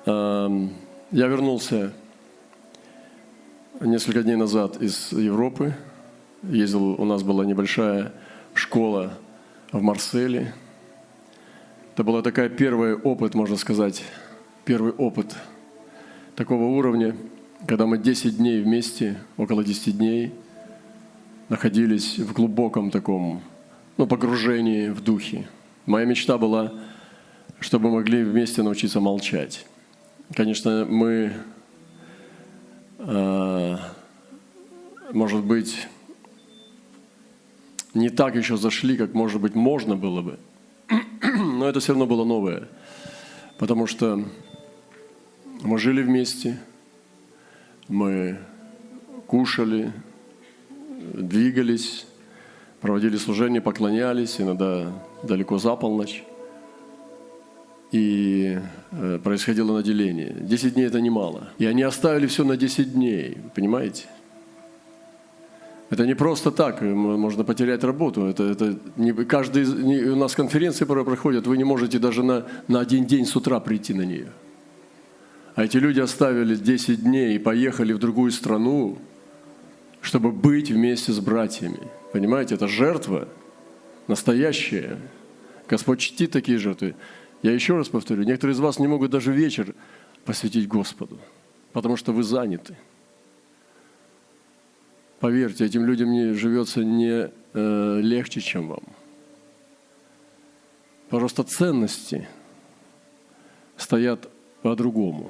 Я вернулся несколько дней назад из Европы. У нас была небольшая школа в Марселе. Это был такой первый опыт, можно сказать, первый опыт такого уровня, когда мы 10 дней вместе, около 10 дней, находились в глубоком таком погружении в духе. Моя мечта была, чтобы мы могли вместе научиться молчать. Конечно, мы, может быть, не так еще зашли, как, может быть, можно было бы. Но это все равно было новое. Потому что мы жили вместе, мы кушали, двигались, проводили служение, поклонялись, иногда далеко за полночь. И происходило наделение. 10 дней – это немало. И они оставили все на 10 дней, понимаете? Это не просто так, можно потерять работу. Это не каждый, у нас конференции порой проходят, вы не можете даже на один день с утра прийти на нее. А эти люди оставили 10 дней и поехали в другую страну, чтобы быть вместе с братьями. Понимаете, это жертва настоящая. Господь чтит такие жертвы. Я еще раз повторю, некоторые из вас не могут даже вечер посвятить Господу, потому что вы заняты. Поверьте, этим людям не живется не легче, чем вам. Просто ценности стоят по-другому.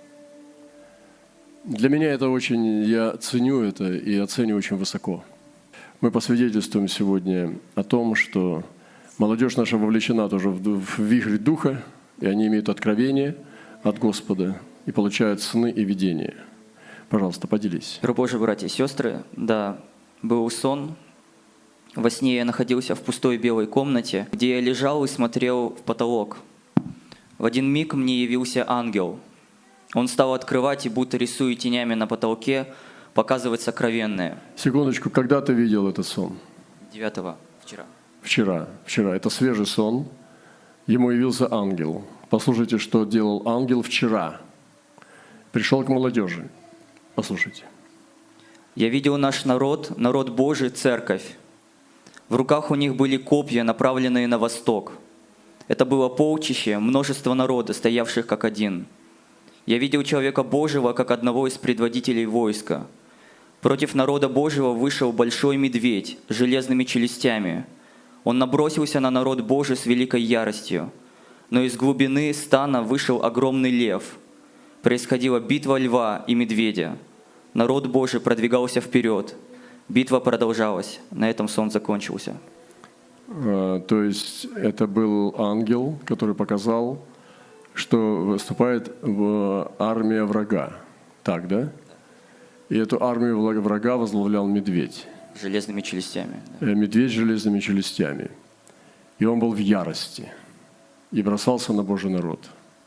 Для меня это очень, я ценю это и оцениваю очень высоко. Мы посвидетельствуем сегодня о том, что молодежь наша вовлечена тоже в вихрь духа, и они имеют откровение от Господа и получают сны и видения. Пожалуйста, поделись. Мир Божий, братья и сестры, да, был сон. Во сне я находился в пустой белой комнате, где я лежал и смотрел в потолок. В один миг мне явился ангел. Он стал открывать и, будто рисуя тенями на потолке, показывать сокровенное. Секундочку, когда ты видел этот сон? 9-го, вчера. Вчера. Это свежий сон. Ему явился ангел. Послушайте, что делал ангел вчера. Пришел к молодежи. Послушайте. Я видел наш народ, народ Божий, церковь. В руках у них были копья, направленные на восток. Это было полчище, множество народа, стоявших как один. Я видел человека Божьего, как одного из предводителей войска. Против народа Божьего вышел большой медведь с железными челюстями. Он набросился на народ Божий с великой яростью. Но из глубины стана вышел огромный лев. Происходила битва льва и медведя. Народ Божий продвигался вперед. Битва продолжалась. На этом сон закончился. То есть это был ангел, который показал, что выступает армия врага. Так, да? И эту армию врага возглавлял медведь. С железными челюстями. Медведь с железными челюстями. И он был в ярости. И бросался на Божий народ.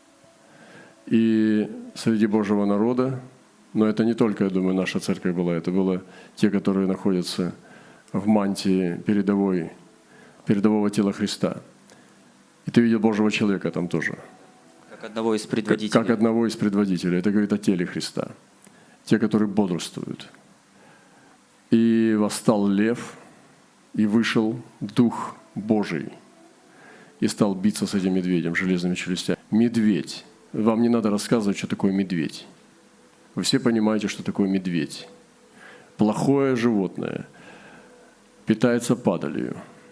И среди Божьего народа, но это не только, я думаю, наша церковь была, это было те, которые находятся в мантии передового тела Христа. И ты видел Божьего человека там тоже. Как одного из предводителей. Как одного из предводителей. Это говорит о теле Христа. Те, которые бодрствуют. И восстал лев, и вышел Дух Божий, и стал биться с этим медведем, железными челюстями. Медведь. Вам не надо рассказывать, что такое медведь. Вы все понимаете, что такое медведь. Плохое животное. Питается падалью.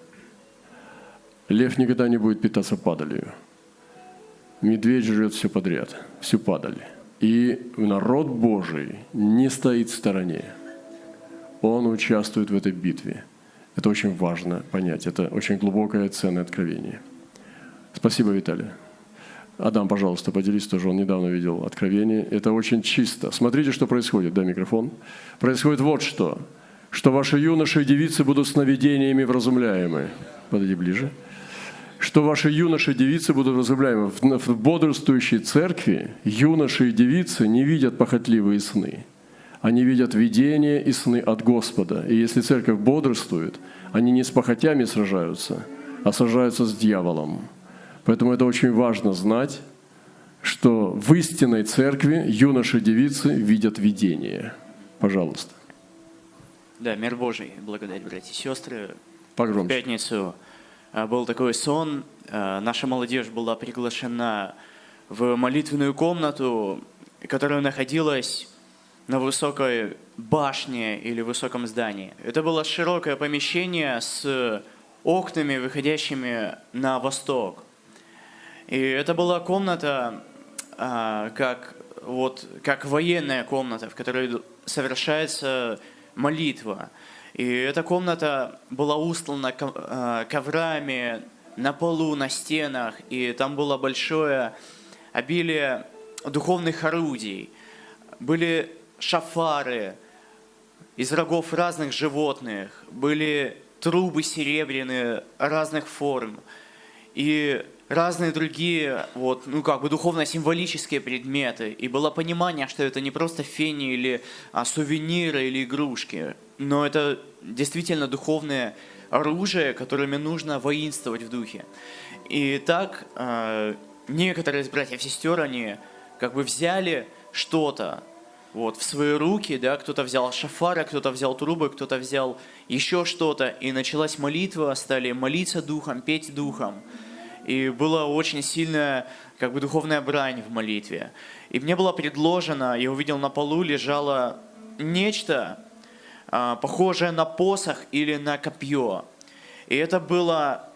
Лев никогда не будет питаться падалью. Медведь жрет все подряд, всю падаль. И народ Божий не стоит в стороне. Он участвует в этой битве. Это очень важно понять. Это очень глубокое, ценное откровение. Спасибо, Виталий. Адам, пожалуйста, поделись тоже. Он недавно видел откровение. Это очень чисто. Смотрите, что происходит. Дай микрофон. Происходит вот что. Что ваши юноши и девицы будут сновидениями вразумляемы. Подойди ближе. Что ваши юноши и девицы будут вразумляемы. В бодрствующей церкви юноши и девицы не видят похотливые сны. Они видят видения и сны от Господа. И если церковь бодрствует, они не с похотями сражаются, а сражаются с дьяволом. Поэтому это очень важно знать, что в истинной церкви юноши и девицы видят видение. Пожалуйста. Да, мир Божий, благодать, братья и сестры. В Погромче. пятницу был такой сон. Наша молодежь была приглашена в молитвенную комнату, которая находилась на высокой башне или высоком здании. Это было широкое помещение с окнами, выходящими на восток. И это была комната, как военная комната, в которой совершается молитва. И эта комната была устлана коврами на полу, на стенах, и там было большое обилие духовных орудий. Были шафары из рогов разных животных, были трубы серебряные разных форм и разные другие духовно-символические предметы. И было понимание, что это не просто фени или сувениры или игрушки, но это действительно духовное оружие, которыми нужно воинствовать в духе. И так некоторые из братьев и сестер, они взяли что-то в свои руки, да, кто-то взял шафары, кто-то взял трубы, кто-то взял еще что-то, и началась молитва, стали молиться духом, петь духом. И была очень сильная духовная брань в молитве. И мне было предложено, я увидел, на полу лежало нечто, похожее на посох или на копье. И это была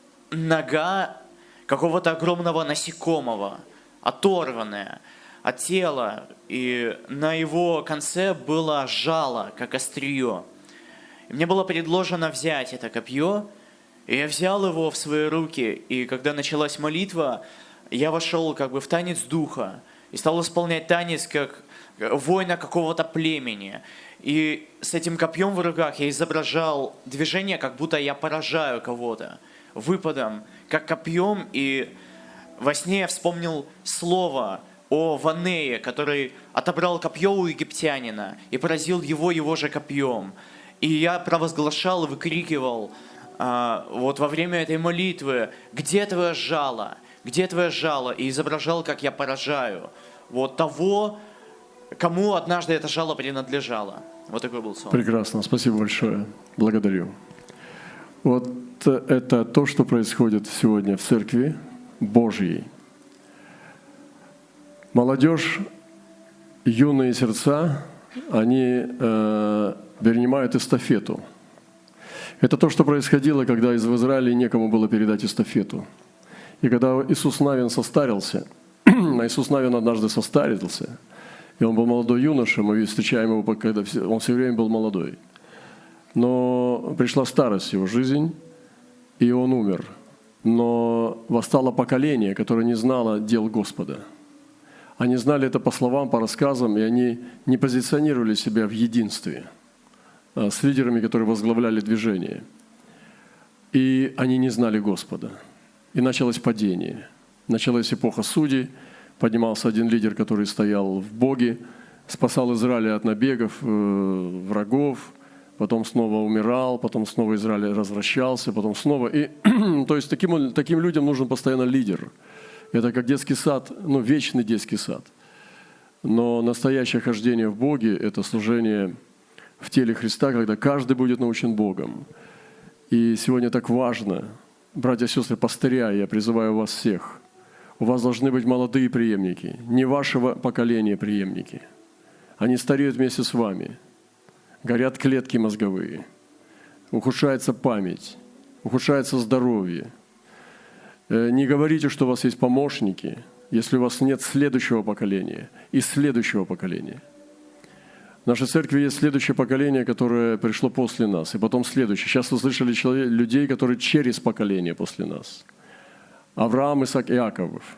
нога какого-то огромного насекомого, оторванная от тела, и на его конце было жало, как острие. И мне было предложено взять это копье, и я взял его в свои руки, и когда началась молитва, я вошел в танец духа, и стал исполнять танец, как воина какого-то племени. И с этим копьем в руках я изображал движение, как будто я поражаю кого-то выпадом, как копьем, и во сне я вспомнил слово о Ванее, который отобрал копье у египтянина и поразил его же копьем. И я провозглашал и выкрикивал во время этой молитвы: «Где твое жало? Где твое жало?» И изображал, как я поражаю того, кому однажды это жало принадлежало. Вот такой был сон. Прекрасно, спасибо большое. Благодарю. Вот это то, что происходит сегодня в Церкви Божьей. Молодежь, юные сердца, они перенимают эстафету. Это то, что происходило, когда в Израиле некому было передать эстафету. И когда Иисус Навин состарился, а Иисус Навин однажды состарился, и он был молодой юноша, мы встречаем его, когда он все время был молодой. Но пришла старость в его жизнь, и он умер. Но восстало поколение, которое не знало дел Господа. Они знали это по словам, по рассказам, и они не позиционировали себя в единстве с лидерами, которые возглавляли движение. И они не знали Господа. И началось падение. Началась эпоха судей. Поднимался один лидер, который стоял в Боге, спасал Израиль от набегов врагов, потом снова умирал, потом снова Израиль возвращался, потом снова. И, то есть таким людям нужен постоянно лидер. Это как детский сад, вечный детский сад. Но настоящее хождение в Боге – это служение в теле Христа, когда каждый будет научен Богом. И сегодня так важно, братья и сестры, пастыря, я призываю вас всех, у вас должны быть молодые преемники, не вашего поколения преемники. Они стареют вместе с вами, горят клетки мозговые, ухудшается память, ухудшается здоровье. Не говорите, что у вас есть помощники, если у вас нет следующего поколения и следующего поколения. В нашей церкви есть следующее поколение, которое пришло после нас, и потом следующее. Сейчас вы слышали людей, которые через поколение после нас. Авраам, Исаак, Иаков.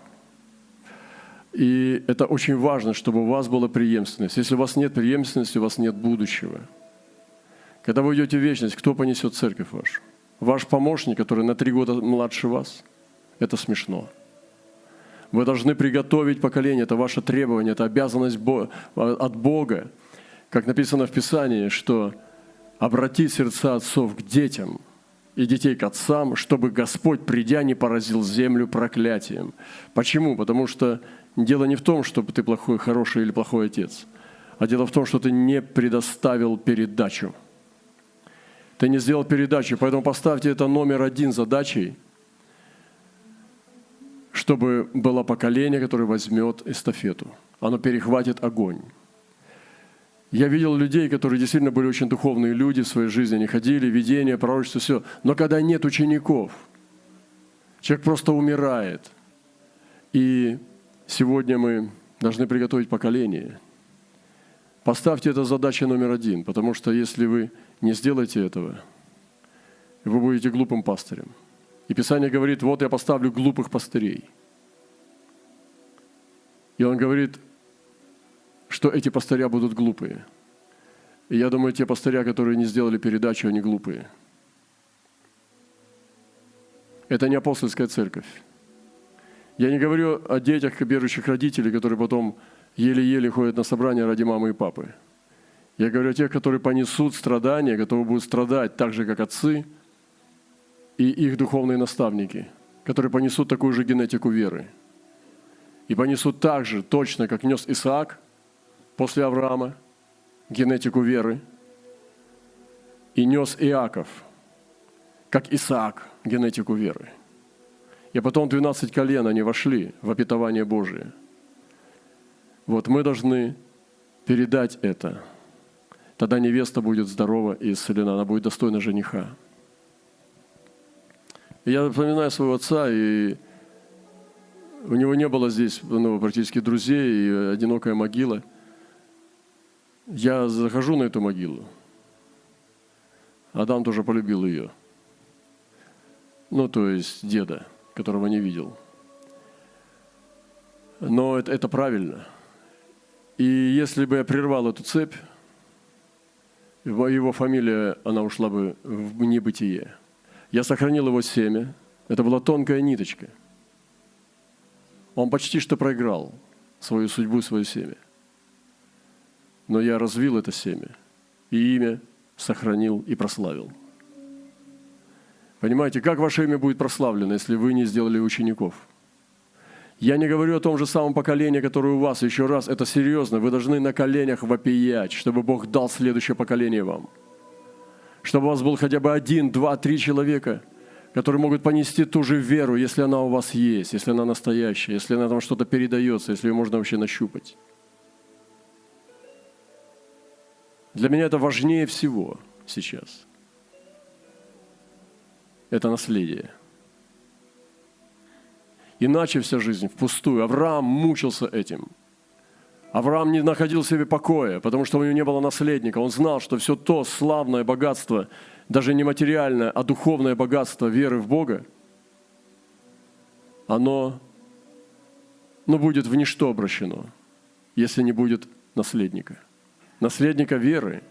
И это очень важно, чтобы у вас была преемственность. Если у вас нет преемственности, у вас нет будущего. Когда вы идете в вечность, кто понесет церковь вашу? Ваш помощник, который на 3 года младше вас? Это смешно. Вы должны приготовить поколение, это ваше требование, это обязанность от Бога. Как написано в Писании, что обратить сердца отцов к детям и детей к отцам, чтобы Господь, придя, не поразил землю проклятием. Почему? Потому что дело не в том, что ты плохой, хороший или плохой отец, а дело в том, что ты не предоставил передачу. Ты не сделал передачу, поэтому поставьте это номер один задачей, чтобы было поколение, которое возьмет эстафету. Оно перехватит огонь. Я видел людей, которые действительно были очень духовные люди в своей жизни, они ходили, видения, пророчество, все. Но когда нет учеников, человек просто умирает. И сегодня мы должны приготовить поколение. Поставьте это задачей номер один, потому что если вы не сделаете этого, вы будете глупым пастырем. И Писание говорит, вот я поставлю глупых пастырей. И он говорит, что эти пастыря будут глупые. И я думаю, те пастыря, которые не сделали передачу, они глупые. Это не апостольская церковь. Я не говорю о детях верующих родителей, которые потом еле-еле ходят на собрания ради мамы и папы. Я говорю о тех, которые понесут страдания, которые будут страдать так же, как отцы и их духовные наставники, которые понесут такую же генетику веры. И понесут так же, точно, как нес Исаак после Авраама, генетику веры, и нес Иаков, как Исаак, генетику веры. И потом 12 колен они вошли в обетование Божие. Вот мы должны передать это. Тогда невеста будет здорова и исцелена, она будет достойна жениха. И я вспоминаю своего отца, и у него не было здесь практически друзей, и одинокая могила. Я захожу на эту могилу. Адам тоже полюбил ее. То есть деда, которого не видел. Но это правильно. И если бы я прервал эту цепь, его фамилия, она ушла бы в небытие. Я сохранил его семя. Это была тонкая ниточка. Он почти что проиграл свою судьбу, свое семя. Но я развил это семя, и имя сохранил и прославил. Понимаете, как ваше имя будет прославлено, если вы не сделали учеников? Я не говорю о том же самом поколении, которое у вас. Еще раз, это серьезно. Вы должны на коленях вопиять, чтобы Бог дал следующее поколение вам. Чтобы у вас был хотя бы 1, 2, 3 человека, которые могут понести ту же веру, если она у вас есть, если она настоящая, если она там что-то передается, если ее можно вообще нащупать. Для меня это важнее всего сейчас. Это наследие. Иначе вся жизнь впустую. Авраам мучился этим. Авраам не находил себе покоя, потому что у него не было наследника. Он знал, что все то славное богатство, даже не материальное, а духовное богатство веры в Бога, оно будет в ничто обращено, если не будет наследника. Наследника веры.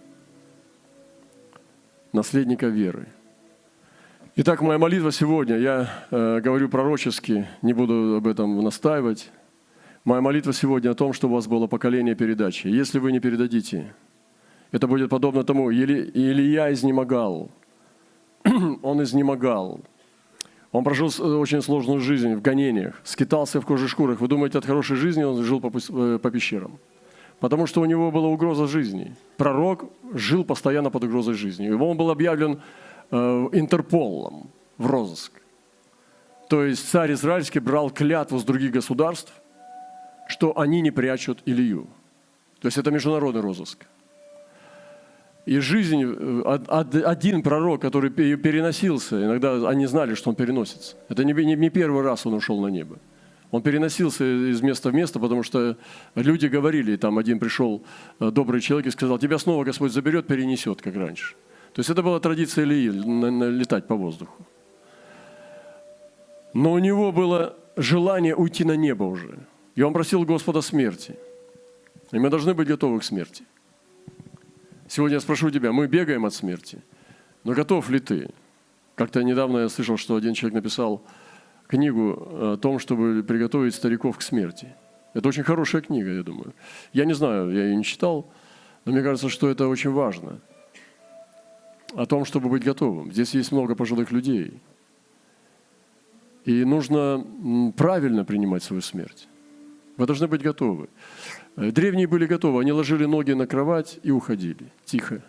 Наследника веры. Итак, моя молитва сегодня, я говорю пророчески, не буду об этом настаивать. Моя молитва сегодня о том, чтобы у вас было поколение передачи. Если вы не передадите, это будет подобно тому, Илия изнемогал. Он изнемогал. Он прожил очень сложную жизнь в гонениях, скитался в коже шкурах. Вы думаете, от хорошей жизни он жил по пещерам? Потому что у него была угроза жизни. Пророк жил постоянно под угрозой жизни. Он был объявлен Интерполом в розыск. То есть царь израильский брал клятву с других государств, что они не прячут Илью. То есть это международный розыск. И жизнь, один пророк, который переносился, иногда они знали, что он переносится. Это не первый раз он ушел на небо. Он переносился из места в место, потому что люди говорили, там один пришел добрый человек и сказал, тебя снова Господь заберет, перенесет, как раньше. То есть это была традиция Илии, летать по воздуху. Но у него было желание уйти на небо уже. И он просил Господа смерти. И мы должны быть готовы к смерти. Сегодня я спрошу тебя, мы бегаем от смерти, но готов ли ты? Как-то недавно я слышал, что один человек написал книгу о том, чтобы приготовить стариков к смерти. Это очень хорошая книга, я думаю. Я не знаю, я ее не читал, но мне кажется, что это очень важно. О том, чтобы быть готовым. Здесь есть много пожилых людей. И нужно правильно принимать свою смерть. Вы должны быть готовы. Древние были готовы. Они ложили ноги на кровать и уходили. Тихо.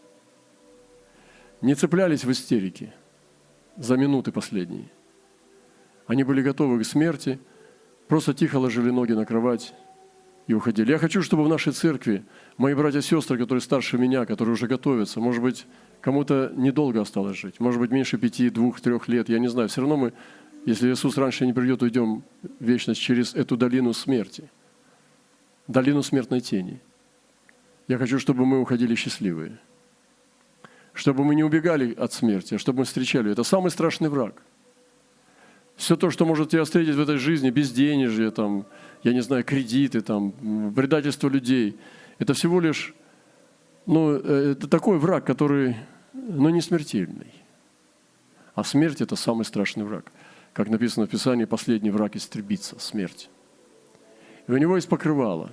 Не цеплялись в истерике за минуты последние. Они были готовы к смерти, просто тихо ложили ноги на кровать и уходили. Я хочу, чтобы в нашей церкви мои братья и сестры, которые старше меня, которые уже готовятся, может быть, кому-то недолго осталось жить, может быть, меньше 5, 2, 3 лет, я не знаю. Все равно мы, если Иисус раньше не придет, уйдем в вечность через эту долину смерти, долину смертной тени. Я хочу, чтобы мы уходили счастливые, чтобы мы не убегали от смерти, а чтобы мы встречали. Это самый страшный враг. Все то, что может тебя встретить в этой жизни, безденежье, там, я не знаю, кредиты, там, предательство людей, это всего лишь, это такой враг, который, не смертельный. А смерть – это самый страшный враг. Как написано в Писании, последний враг истребится – смерть. И у него есть покрывало.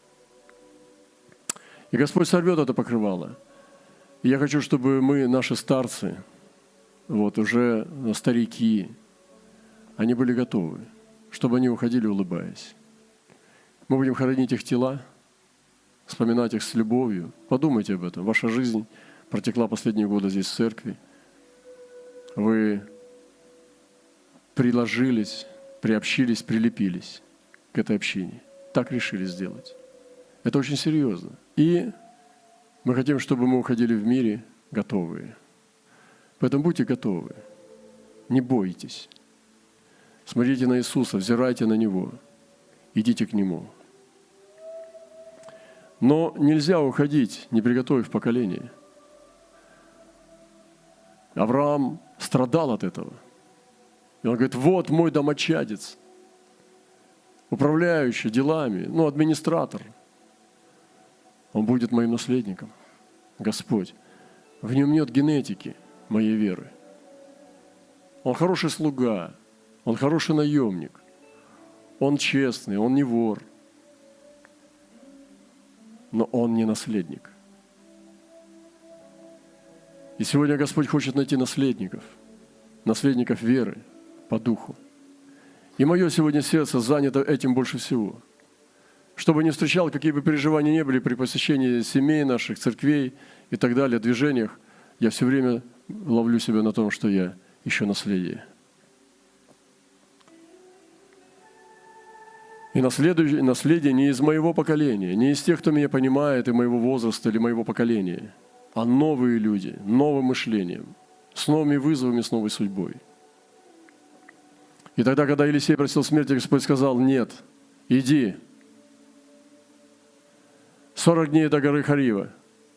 И Господь сорвет это покрывало. И я хочу, чтобы мы, наши старцы, уже старики, они были готовы, чтобы они уходили, улыбаясь. Мы будем хоронить их тела, вспоминать их с любовью. Подумайте об этом. Ваша жизнь протекла последние годы здесь, в церкви. Вы приложились, приобщились, прилепились к этой общине. Так решили сделать. Это очень серьезно. И мы хотим, чтобы мы уходили в мире готовые. Поэтому будьте готовы. Не бойтесь. Смотрите на Иисуса, взирайте на Него, идите к Нему. Но нельзя уходить, не приготовив поколение. Авраам страдал от этого. И он говорит, вот мой домочадец, управляющий делами, администратор. Он будет моим наследником. Господь, в нем нет генетики моей веры. Он хороший слуга. Он хороший наемник, он честный, он не вор, но он не наследник. И сегодня Господь хочет найти наследников веры по духу. И мое сегодня сердце занято этим больше всего. Чтобы не встречал, какие бы переживания ни были при посещении семей наших, церквей и так далее, движениях, я все время ловлю себя на том, что я ищу наследие. И наследие не из моего поколения, не из тех, кто меня понимает, и моего возраста или моего поколения, а новые люди, новым мышлением, с новыми вызовами, с новой судьбой. И тогда, когда Елисей просил смерти, Господь сказал, нет, иди. 40 дней до горы Харива.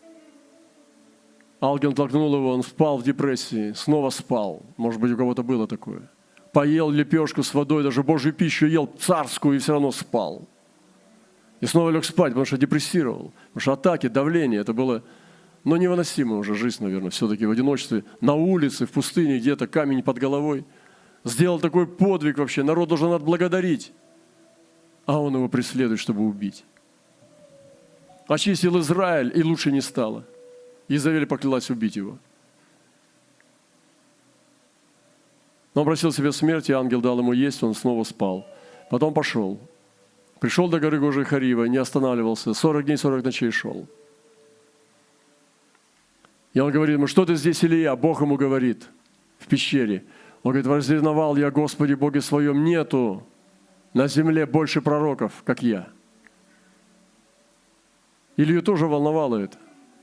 Ангел толкнул его, он спал в депрессии, снова спал. Может быть, у кого-то было такое. Поел лепешку с водой, даже Божью пищу ел царскую и все равно спал. И снова лег спать, потому что депрессировал. Потому что атаки, давление, это было невыносимая уже жизнь, наверное, все-таки в одиночестве. На улице, в пустыне, где-то камень под головой. Сделал такой подвиг вообще, народ должен отблагодарить. А он его преследует, чтобы убить. Очистил Израиль, и лучше не стало. Иезавель поклялась убить его. Но он просил себе смерти, ангел дал ему есть, он снова спал. Потом пошел. Пришел до горы Божией Харива, не останавливался. 40 дней, 40 ночей шел. И он говорит ему, что ты здесь, Илия? Бог ему говорит в пещере. Он говорит, возревновал я, Господи, Боге своем, нету на земле больше пророков, как я. Илью тоже волновало это.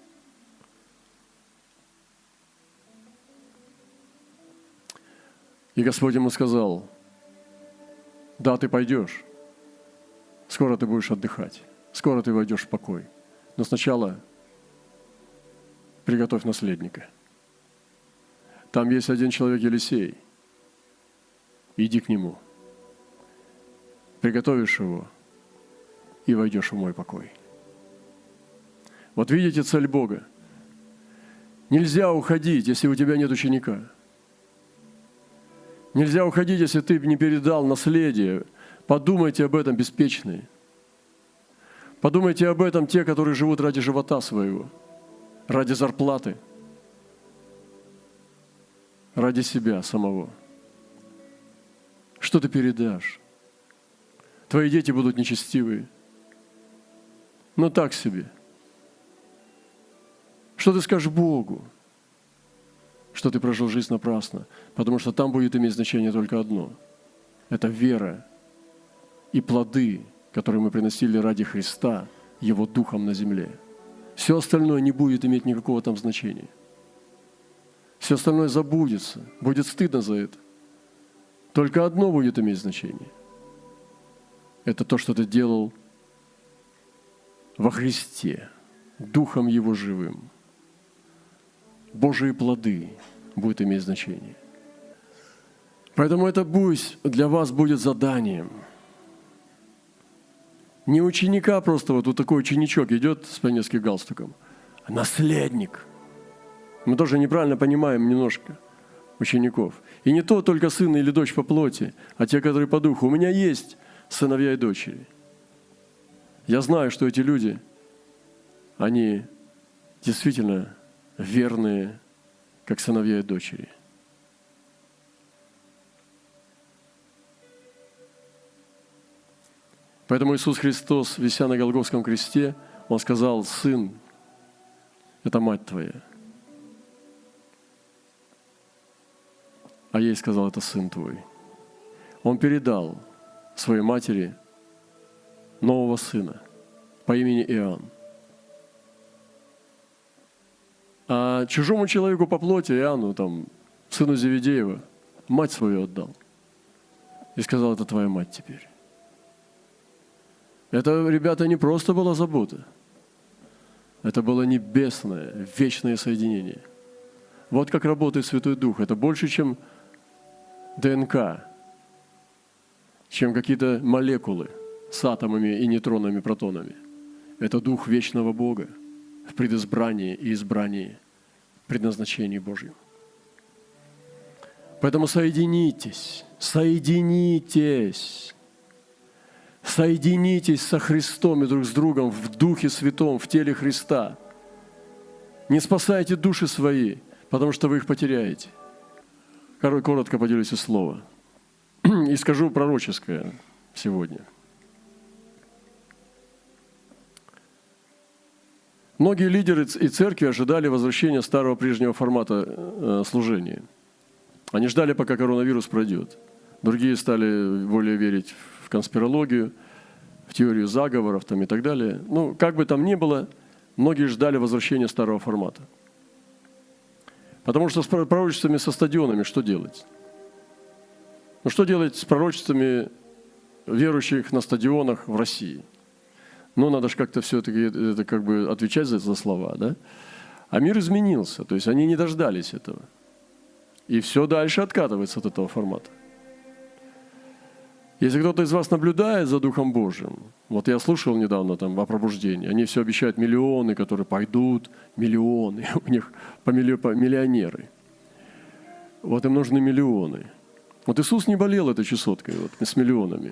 И Господь ему сказал, да, ты пойдешь, скоро ты будешь отдыхать, скоро ты войдешь в покой. Но сначала приготовь наследника. Там есть один человек, Елисей. Иди к нему. Приготовишь его и войдешь в мой покой. Вот видите цель Бога. Нельзя уходить, если у тебя нет ученика. Нельзя уходить, если ты не передал наследие. Подумайте об этом, беспечные. Подумайте об этом те, которые живут ради живота своего, ради зарплаты, ради себя самого. Что ты передашь? твои дети будут нечестивые. Но так себе. Что ты скажешь Богу? Что ты прожил жизнь напрасно. Потому что там будет иметь значение только одно. Это вера и плоды, которые мы приносили ради Христа, Его Духом на земле. Все остальное не будет иметь никакого там значения. Все остальное забудется. Будет стыдно за это. Только одно будет иметь значение. Это то, что ты делал во Христе, Духом Его живым. Божьи плоды будут иметь значение. Поэтому это пусть для вас будет заданием. Не ученика просто, вот такой ученичок идет с пионерским галстуком, а наследник. Мы тоже неправильно понимаем немножко учеников. И не то только сын или дочь по плоти, а те, которые по духу. У меня есть сыновья и дочери. Я знаю, что эти люди, они действительно верные, как сыновья и дочери. Поэтому Иисус Христос, вися на Голгофском кресте, Он сказал: «Сын, это мать твоя». А ей сказал: «Это сын твой». Он передал своей матери нового сына по имени Иоанн. А чужому человеку по плоти, Иоанну, сыну Зеведеева, мать свою отдал. И сказал: «Это твоя мать теперь». Это, ребята, не просто была забота. Это было небесное, вечное соединение. Вот как работает Святой Дух. Это больше, чем ДНК, чем какие-то молекулы с атомами и нейтронами, протонами. Это Дух вечного Бога в предизбрании и избрании, предназначении Божьем. Поэтому соединитесь со Христом и друг с другом в Духе Святом, в теле Христа. Не спасайте души свои, потому что вы их потеряете. Коротко поделюсь из слова. И скажу пророческое сегодня. Многие лидеры и церкви ожидали возвращения старого прежнего формата служения. Они ждали, пока коронавирус пройдет. Другие стали более верить в конспирологию, в теорию заговоров и так далее. Как бы там ни было, многие ждали возвращения старого формата. Потому что с пророчествами со стадионами что делать? Что делать с пророчествами верующих на стадионах в России? Надо же как-то все-таки отвечать за слова, да? А мир изменился, то есть они не дождались этого. И все дальше откатывается от этого формата. Если кто-то из вас наблюдает за Духом Божьим, вот я слушал недавно о пробуждении, они все обещают миллионы, которые пойдут, миллионы, у них миллионеры. Вот им нужны миллионы. Вот Иисус не болел этой чесоткой, с миллионами.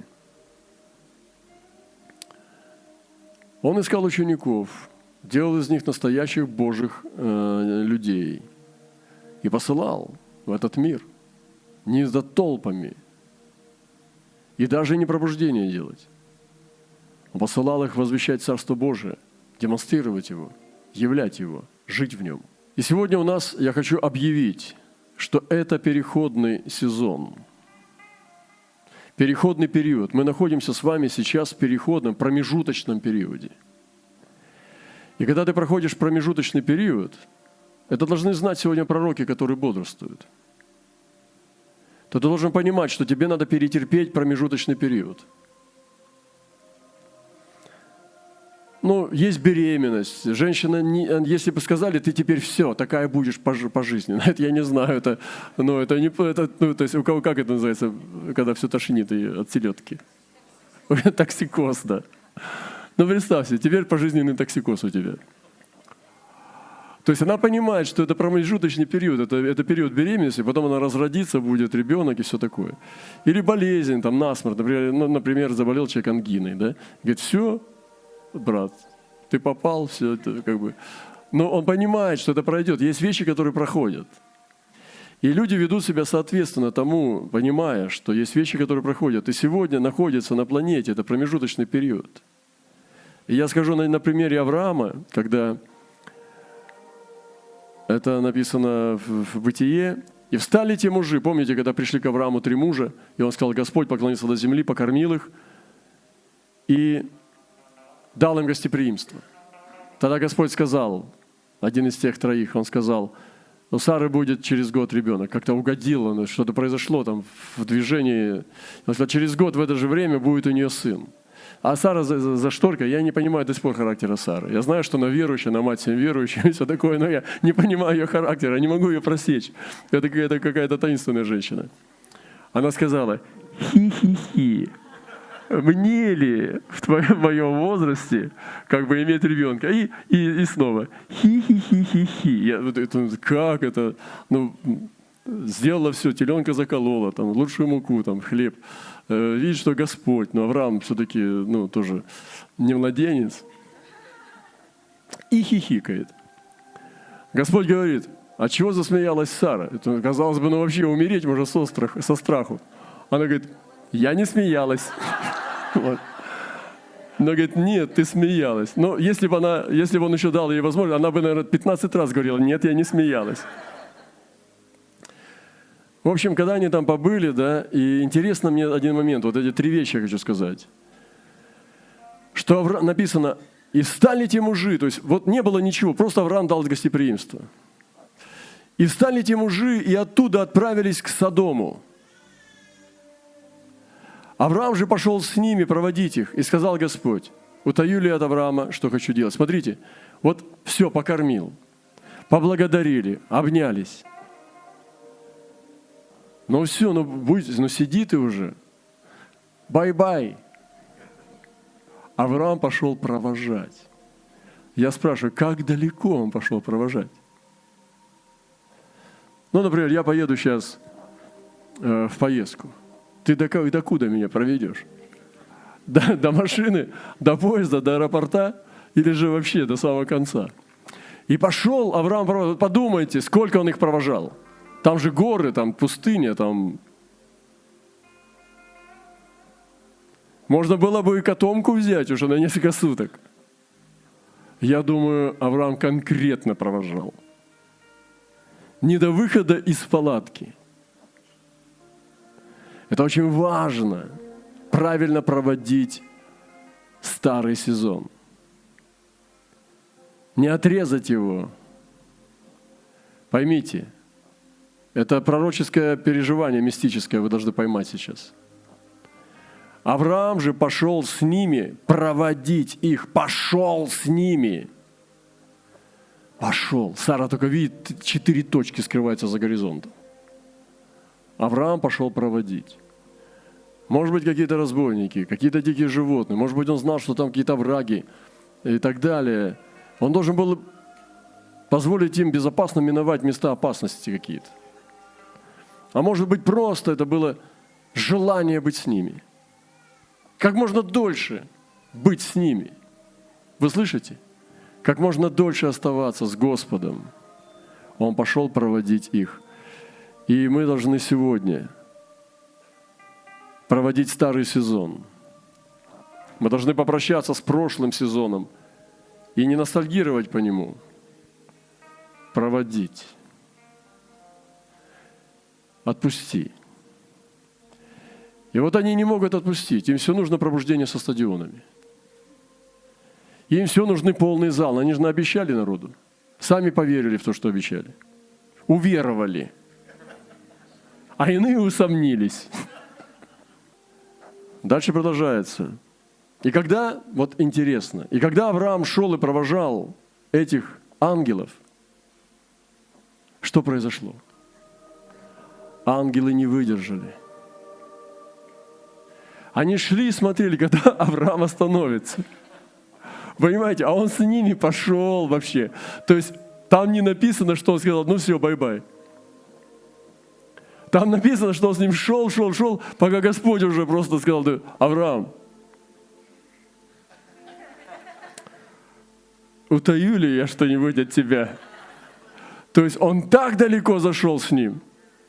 Он искал учеников, делал из них настоящих Божьих людей и посылал в этот мир не за толпами, и даже не пробуждение делать. Он посылал их возвещать Царство Божие, демонстрировать Его, являть Его, жить в Нем. И сегодня у нас я хочу объявить, что это переходный сезон, переходный период. Мы находимся с вами сейчас в переходном, промежуточном периоде. И когда ты проходишь промежуточный период, это должны знать сегодня пророки, которые бодрствуют, то ты должен понимать, что тебе надо перетерпеть промежуточный период. Есть беременность. Женщина, если бы сказали, ты теперь все, такая будешь по жизни. Это я не знаю. То есть у кого, как это называется, когда все тошнит от селедки? Токсикоз, да. Представьте, теперь пожизненный токсикоз у тебя. То есть она понимает, что это промежуточный период, это период беременности, потом она разродится, будет ребенок и все такое. Или болезнь, насморк, например, заболел человек ангиной, да? Говорит: все, брат, ты попал, все это . Но он понимает, что это пройдет. Есть вещи, которые проходят. И люди ведут себя соответственно тому, понимая, что есть вещи, которые проходят. И сегодня находятся на планете, это промежуточный период. И я скажу на примере Авраама, когда это написано в Бытие. «И встали те мужи». Помните, когда пришли к Аврааму 3 мужа, и он сказал: Господь поклонился до земли, покормил их и дал им гостеприимство. Тогда Господь сказал, один из тех 3, он сказал: у Сары будет через год ребенок. Как-то угодило, что-то произошло там в движении. Он сказал: через год в это же время будет у нее сын. А Сара за шторкой, я не понимаю до сих пор характера Сары. Я знаю, что она верующая, она мать всем верующая, и все такое, но я не понимаю ее характера, не могу ее просечь. Это какая-то таинственная женщина. Она сказала: хи-хи-хи, мне ли в моем возрасте как бы иметь ребенка? И снова хи-хи-хи-хи-хи. Как это? Ну, сделала все, теленка заколола, там, лучшую муку, там, хлеб. Видит, что Господь, но Авраам все-таки, тоже не младенец. И хихикает. Господь говорит: а чего засмеялась Сара? Это, казалось бы, вообще умереть можно со страху. Она говорит: я не смеялась. Вот. Она говорит: нет, ты смеялась. Но если бы он еще дал ей возможность, она бы, наверное, 15 раз говорила: нет, я не смеялась. В общем, когда они там побыли, и интересно мне один момент, вот эти 3 вещи я хочу сказать. Что написано: и встали те мужи, то есть вот не было ничего, просто Авраам дал гостеприимство. И встали те мужи, и оттуда отправились к Содому. Авраам же пошел с ними проводить их, и сказал Господь: утаю ли от Авраама, что хочу делать? Смотрите, вот все, покормил, поблагодарили, обнялись. Ну все, сиди ты уже. Бай-бай. Авраам пошел провожать. Я спрашиваю, как далеко он пошел провожать? Например, я поеду сейчас в поездку. Ты докуда меня проведешь? До машины, до поезда, до аэропорта или же вообще до самого конца? И пошел Авраам провожать. Подумайте, сколько он их провожал. Там же горы, там пустыня, там... Можно было бы и котомку взять уже на несколько суток. Я думаю, Авраам конкретно провожал. Не до выхода из палатки. Это очень важно, правильно проводить старый сезон. Не отрезать его. Поймите, это пророческое переживание, мистическое, вы должны поймать сейчас. Авраам же пошел с ними проводить их. Пошел с ними. Пошел. Сара только видит, 4 точки скрываются за горизонтом. Авраам пошел проводить. Может быть, какие-то разбойники, какие-то дикие животные. Может быть, он знал, что там какие-то враги и так далее. Он должен был позволить им безопасно миновать места опасности какие-то. А может быть, просто это было желание быть с ними. Как можно дольше быть с ними. Вы слышите? Как можно дольше оставаться с Господом. Он пошел проводить их. И мы должны сегодня проводить старый сезон. Мы должны попрощаться с прошлым сезоном и не ностальгировать по нему. Проводить. Отпусти. И вот они не могут отпустить. Им все нужно пробуждение со стадионами. Им все нужны полный зал. Они же наобещали народу. Сами поверили в то, что обещали. Уверовали. А иные усомнились. Дальше продолжается. И когда, вот интересно, и когда Авраам шел и провожал этих ангелов, что произошло? Ангелы не выдержали. Они шли и смотрели, когда Авраам остановится. Понимаете? А он с ними пошел вообще. То есть там не написано, что он сказал: ну все, бай-бай. Там написано, что он с ним шел, пока Господь уже просто сказал: да, Авраам, утаю ли я что-нибудь от тебя? То есть он так далеко зашел с ним.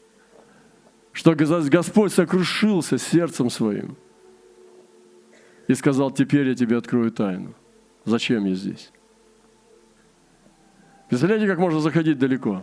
что Господь сокрушился сердцем своим и сказал: теперь я тебе открою тайну. Зачем я здесь? Представляете, как можно заходить далеко?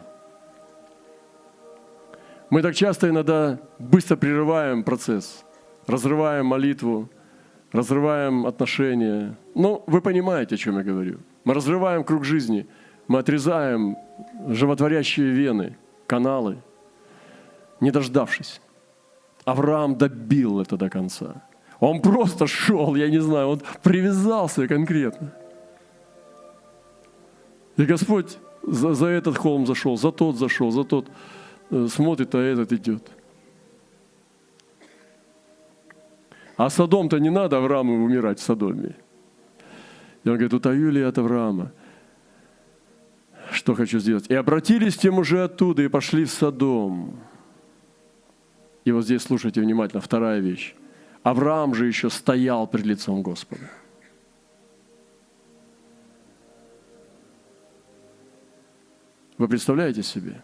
Мы так часто иногда быстро прерываем процесс, разрываем молитву, разрываем отношения. Ну, вы понимаете, о чем я говорю. Мы разрываем круг жизни, мы отрезаем животворящие вены, каналы, не дождавшись. Авраам добил это до конца. Он просто шел, я не знаю, он привязался конкретно. И Господь за этот холм зашел, за тот смотрит, а этот идет. А Содом-то не надо Аврааму умирать в Содоме. И он говорит: утаю ли я от Авраама? Что хочу сделать? И обратились тем уже оттуда и пошли в Содом. И вот здесь слушайте внимательно, вторая вещь. Авраам же еще стоял пред лицом Господа. Вы представляете себе?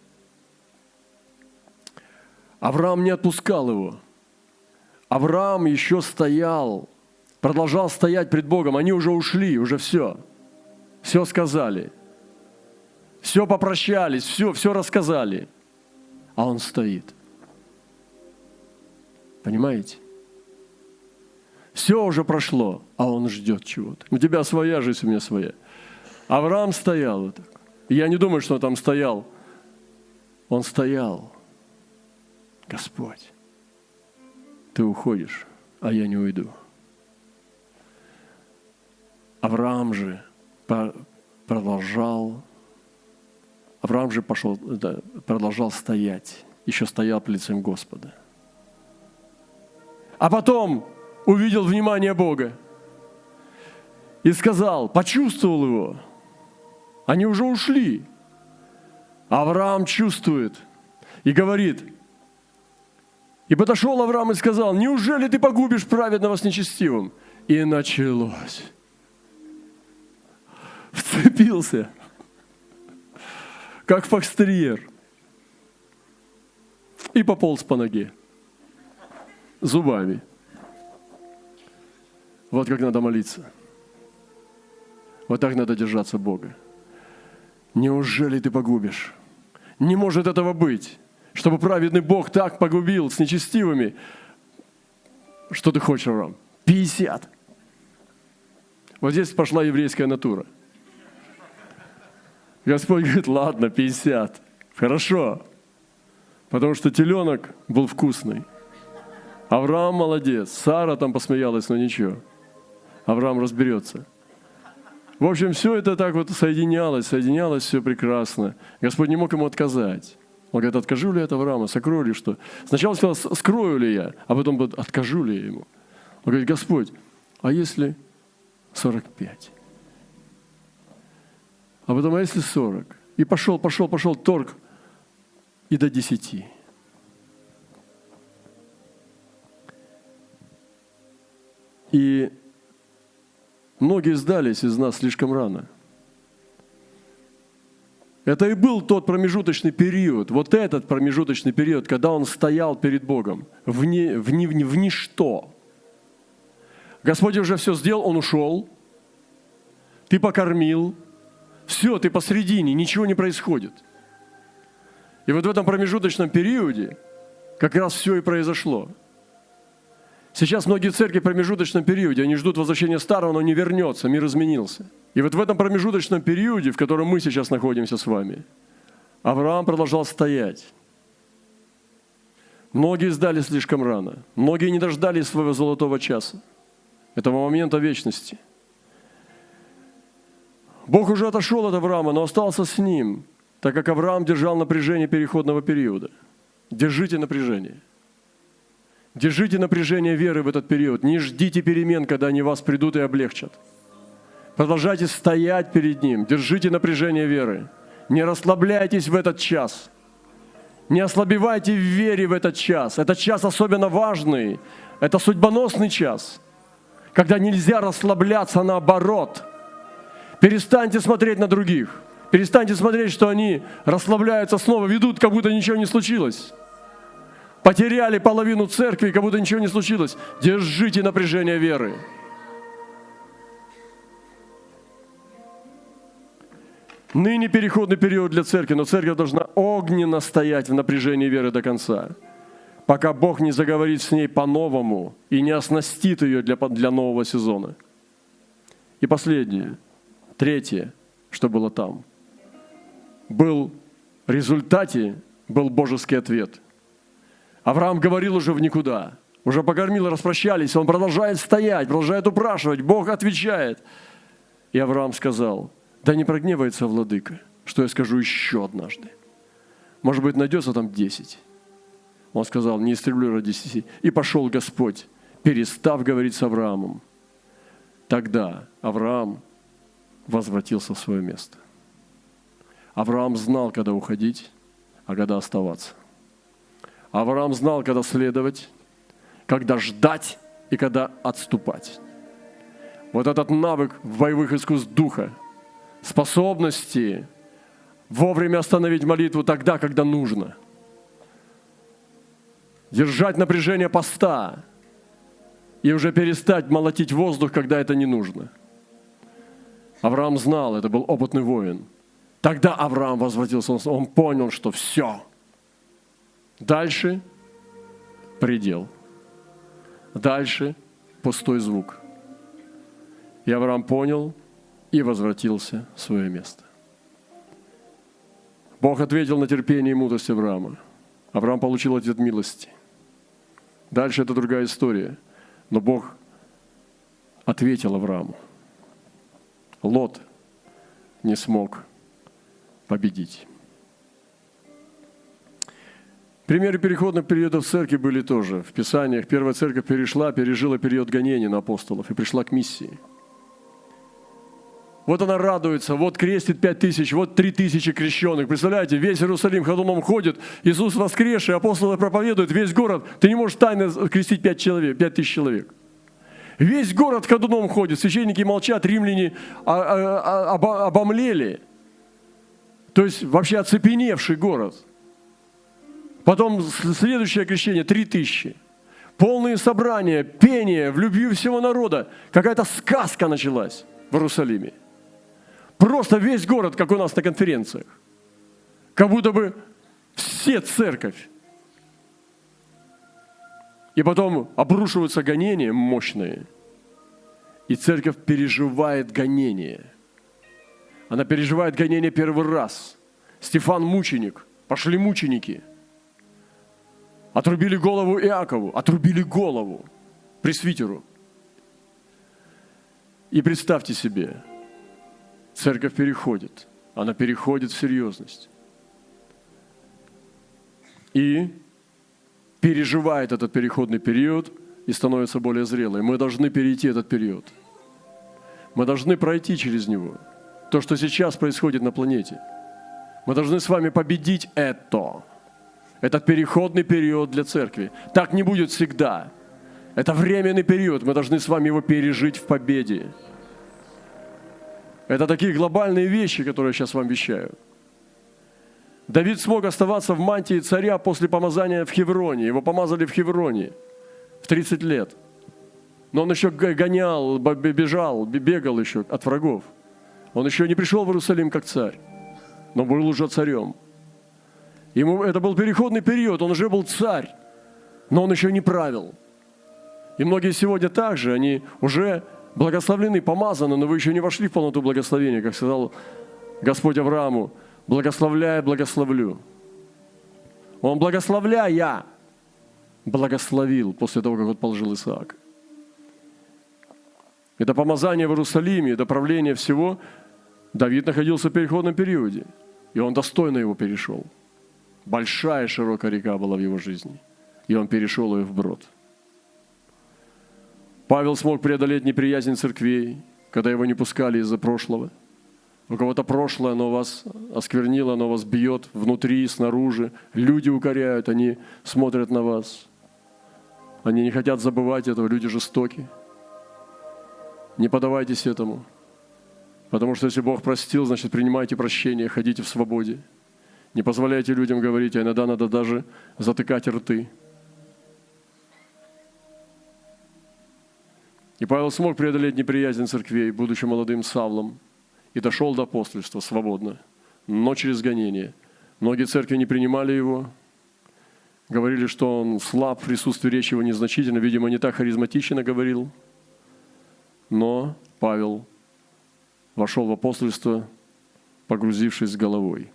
Авраам не отпускал его. Авраам еще стоял, продолжал стоять пред Богом. Они уже ушли, уже все. Все сказали. Все попрощались, все рассказали. А он стоит. Понимаете? Все уже прошло, а он ждет чего-то. У тебя своя жизнь, у меня своя. Авраам стоял вот так. Я не думаю, что он там стоял. Он стоял. Господь, ты уходишь, а я не уйду. Авраам же продолжал стоять, еще стоял перед лицем Господа. А потом увидел внимание Бога и сказал, почувствовал его. Они уже ушли. Авраам чувствует и говорит: и подошел Авраам и сказал: неужели ты погубишь праведного с нечестивым? И началось. Вцепился, как фокстерьер, и пополз по ноге зубами. Вот как надо молиться. Вот так надо держаться Бога. Неужели ты погубишь? Не может этого быть, чтобы праведный Бог так погубил с нечестивыми. Что ты хочешь, Авраам? 50. Вот здесь пошла еврейская натура. Господь говорит: ладно, 50. Хорошо. Потому что теленок был вкусный. Авраам молодец. Сара там посмеялась, но ничего. Авраам разберется. В общем, все это так вот соединялось, все прекрасно. Господь не мог ему отказать. Он говорит: откажу ли я от Авраама, сокрою ли что? Сначала сказал: скрою ли я, а потом откажу ли я ему. Он говорит: Господь, а если 45? А потом: а если 40? И пошел торг и до 10. И многие сдались из нас слишком рано. Это и был тот промежуточный период, вот этот промежуточный период, когда он стоял перед Богом в ничто. Господь уже все сделал, он ушел, ты покормил, все, ты посредине, ничего не происходит. И вот в этом промежуточном периоде как раз все и произошло. Сейчас многие церкви в промежуточном периоде, они ждут возвращения старого, но не вернется, мир изменился. И вот в этом промежуточном периоде, в котором мы сейчас находимся с вами, Авраам продолжал стоять. Многие сдали слишком рано, многие не дождались своего золотого часа, этого момента вечности. Бог уже отошел от Авраама, но остался с ним, так как Авраам держал напряжение переходного периода. Держите напряжение. Держите напряжение веры в этот период. Не ждите перемен, когда они вас придут и облегчат. Продолжайте стоять перед Ним. Держите напряжение веры. Не расслабляйтесь в этот час. Не ослабевайте в вере в этот час. Этот час особенно важный. Это судьбоносный час, когда нельзя расслабляться, наоборот. Перестаньте смотреть на других. Перестаньте смотреть, что они расслабляются снова, ведут, как будто ничего не случилось. потеряли половину церкви, как будто ничего не случилось. Держите напряжение веры. Ныне переходный период для церкви, но церковь должна огненно стоять в напряжении веры до конца, пока Бог не заговорит с ней по-новому и не оснастит ее для нового сезона. И последнее, третье, что было там. В результате был божеский ответ. Авраам говорил уже в никуда, уже покормил, распрощались, он продолжает стоять, продолжает упрашивать, Бог отвечает. И Авраам сказал: да не прогневается владыка, что я скажу еще однажды. Может быть, найдется там 10. Он сказал: не истреблю ради 10. И пошел Господь, перестав говорить с Авраамом. Тогда Авраам возвратился в свое место. Авраам знал, когда уходить, а когда оставаться. Авраам знал, когда следовать, когда ждать и когда отступать. Вот этот навык боевых искусств духа, способности вовремя остановить молитву тогда, когда нужно. Держать напряжение поста и уже перестать молотить воздух, когда это не нужно. Авраам знал, это был опытный воин. Тогда Авраам возвратился, он понял, что все. Дальше предел. Дальше пустой звук. И Авраам понял и возвратился в свое место. Бог ответил на терпение и мудрость Авраама. Авраам получил ответ милости. Дальше это другая история. Но Бог ответил Аврааму. Лот не смог победить. Примеры переходных периодов в церкви были тоже в Писаниях. Первая церковь пережила период гонений на апостолов и пришла к миссии. Вот она радуется, вот крестит 5000, вот 3000 крещенных. Представляете, весь Иерусалим ходуном ходит, Иисус воскресший, апостолы проповедуют, весь город. Ты не можешь тайно крестить 5000 человек. Весь город ходуном ходит, священники молчат, римляне обомлели. То есть вообще оцепеневший город. Потом следующее крещение 3000. Полные собрания, пение в любви всего народа. Какая-то сказка началась в Иерусалиме. Просто весь город, как у нас на конференциях. Как будто бы все церковь. И потом обрушиваются гонения мощные. И церковь переживает гонения. Она переживает гонения первый раз. Стефан мученик. Пошли мученики. Отрубили голову Иакову. Отрубили голову пресвитеру. И представьте себе, церковь переходит. Она переходит в серьезность. И переживает этот переходный период и становится более зрелой. Мы должны перейти этот период. Мы должны пройти через него. То, что сейчас происходит на планете. Мы должны с вами победить это. Этот переходный период для церкви. Так не будет всегда. Это временный период. Мы должны с вами его пережить в победе. Это такие глобальные вещи, которые я сейчас вам вещаю. Давид смог оставаться в мантии царя после помазания в Хевроне. Его помазали в Хевроне в 30 лет. Но он еще гонял, бегал еще от врагов. Он еще не пришел в Иерусалим как царь, но был уже царем. Это был переходный период, он уже был царь, но он еще не правил. И многие сегодня также, они уже благословлены, помазаны, но вы еще не вошли в полноту благословения, как сказал Господь Аврааму: благословляя, благословлю. Он, благословляя, благословил после того, как он положил Исаака. Это помазание в Иерусалиме, это правление всего. Давид находился в переходном периоде, и он достойно его перешел. Большая широкая река была в его жизни, и он перешел ее вброд. Павел смог преодолеть неприязнь церквей, когда его не пускали из-за прошлого. У кого-то прошлое, оно вас осквернило, оно вас бьет внутри, снаружи. Люди укоряют, они смотрят на вас. Они не хотят забывать этого, люди жестоки. Не поддавайтесь этому. Потому что если Бог простил, значит, принимайте прощение, ходите в свободе. Не позволяйте людям говорить, а иногда надо даже затыкать рты. И Павел смог преодолеть неприязнь церквей, будучи молодым Савлом, и дошел до апостольства свободно, но через гонение. Многие церкви не принимали его, говорили, что он слаб, в присутствии речи его незначительно, видимо, не так харизматично говорил. Но Павел вошел в апостольство, погрузившись с головой.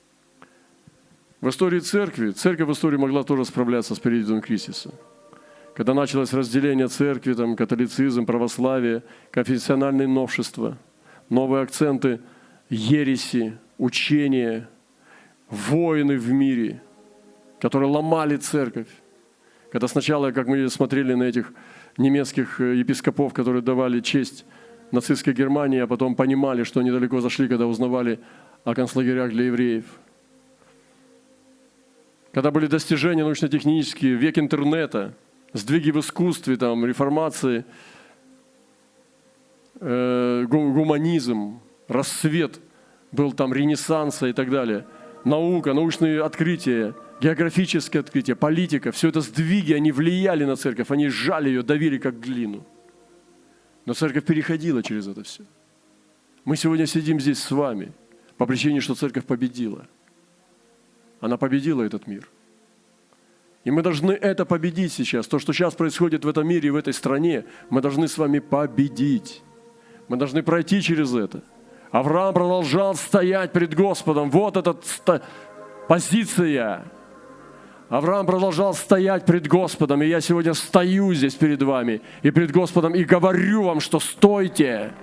В истории церковь в истории могла тоже справляться с периодом кризиса. Когда началось разделение церкви, там, католицизм, православие, конфессиональные новшества, новые акценты, ереси, учения, войны в мире, которые ломали церковь. Когда сначала, как мы смотрели на этих немецких епископов, которые давали честь нацистской Германии, а потом понимали, что они далеко зашли, когда узнавали о концлагерях для евреев. Когда были достижения научно-технические, век интернета, сдвиги в искусстве, там, реформации, гуманизм, рассвет, был там ренессанса и так далее. Наука, научные открытия, географические открытия, политика, все это сдвиги, они влияли на церковь, они сжали ее, давили как глину. Но церковь переходила через это все. Мы сегодня сидим здесь с вами по причине, что церковь победила. Она победила этот мир. И мы должны это победить сейчас. То, что сейчас происходит в этом мире и в этой стране, мы должны с вами победить. Мы должны пройти через это. Авраам продолжал стоять пред Господом. Вот эта позиция. Авраам продолжал стоять пред Господом. И я сегодня стою здесь перед вами и пред Господом и говорю вам, что стойте.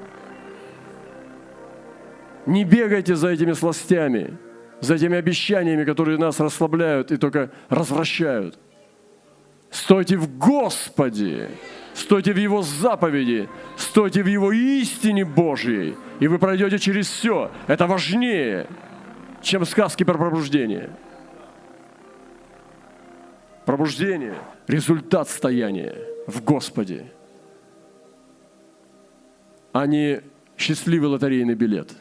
Не бегайте за этими сластями, за этими обещаниями, которые нас расслабляют и только развращают. Стойте в Господе, стойте в Его заповеди, стойте в Его истине Божьей, и вы пройдете через все. Это важнее, чем сказки про пробуждение. Пробуждение – результат стояния в Господе, а не счастливый лотерейный билет.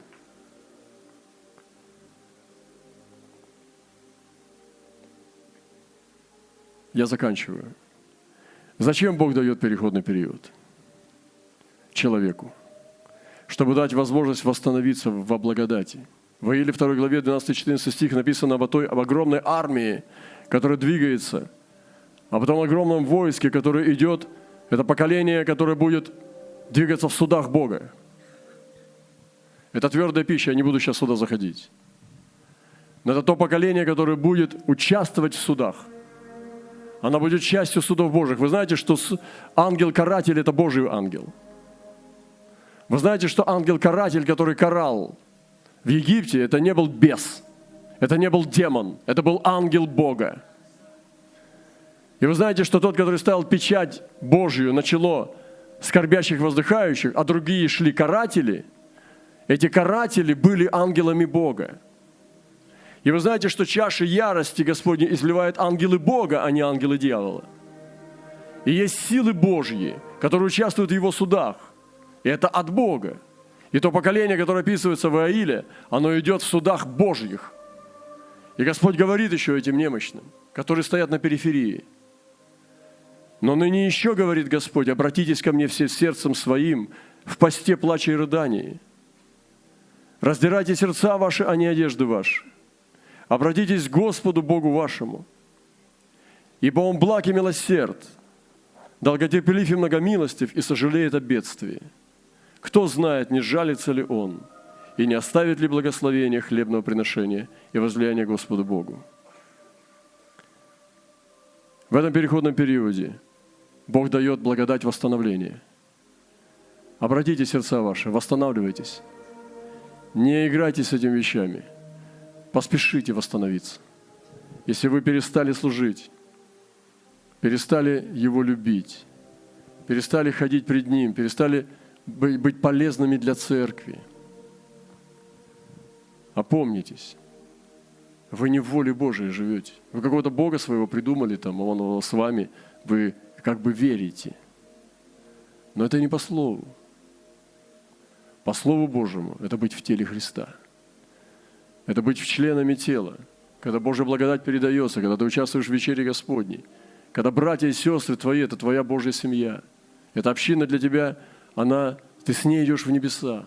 Я заканчиваю. Зачем Бог дает переходный период человеку? Чтобы дать возможность восстановиться во благодати. В Ииле 2 главе 12-14 стих написано об огромной армии, которая двигается, а потом о огромном войске, которое идет. Это поколение, которое будет двигаться в судах Бога. Это твердая пища, я не буду сейчас сюда заходить. Но это то поколение, которое будет участвовать в судах. Она будет частью судов Божьих. Вы знаете, что ангел-каратель – это Божий ангел. Вы знаете, что ангел-каратель, который карал в Египте, это не был бес, это не был демон, это был ангел Бога. И вы знаете, что тот, который ставил печать Божью на чело скорбящих, воздыхающих, а другие шли каратели, эти каратели были ангелами Бога. И вы знаете, что чаши ярости Господней изливают ангелы Бога, а не ангелы дьявола. И есть силы Божьи, которые участвуют в Его судах. И это от Бога. И то поколение, которое описывается в Ииле, оно идет в судах Божьих. И Господь говорит еще этим немощным, которые стоят на периферии. Но ныне еще, говорит Господь, обратитесь ко мне все сердцем своим в посте плача и рыдании. Раздирайте сердца ваши, а не одежды ваши. Обратитесь к Господу Богу вашему, ибо Он благ и милосерд, долготерпелив и многомилостив, и сожалеет о бедствии. Кто знает, не жалится ли Он, и не оставит ли благословения хлебного приношения и возлияния Господу Богу. В этом переходном периоде Бог дает благодать восстановления. Обратите сердца ваши, восстанавливайтесь. Не играйте с этими вещами. Поспешите восстановиться. Если вы перестали служить, перестали Его любить, перестали ходить пред Ним, перестали быть полезными для церкви, опомнитесь. Вы не в воле Божией живете. Вы какого-то Бога своего придумали, там, Он с вами, вы как бы верите. Но это не по Слову. По Слову Божьему это быть в теле Христа. Это быть членами тела, когда Божья благодать передается, когда ты участвуешь в вечере Господней, когда братья и сестры твои – это твоя Божья семья. Эта община для тебя, ты с ней идешь в небеса.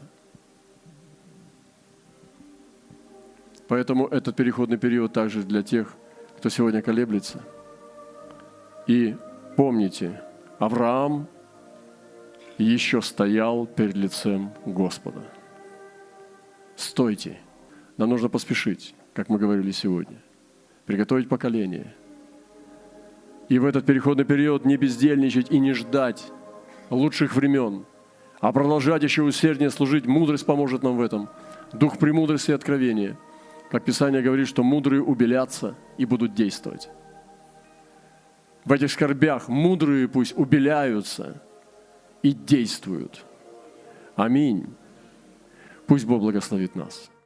Поэтому этот переходный период также для тех, кто сегодня колеблется. И помните, Авраам еще стоял перед лицем Господа. Стойте. Нам нужно поспешить, как мы говорили сегодня. Приготовить поколение. И в этот переходный период не бездельничать и не ждать лучших времен, а продолжать еще усерднее служить. Мудрость поможет нам в этом. Дух премудрости и откровения. Как Писание говорит, что мудрые убелятся и будут действовать. В этих скорбях мудрые пусть убеляются и действуют. Аминь. Пусть Бог благословит нас.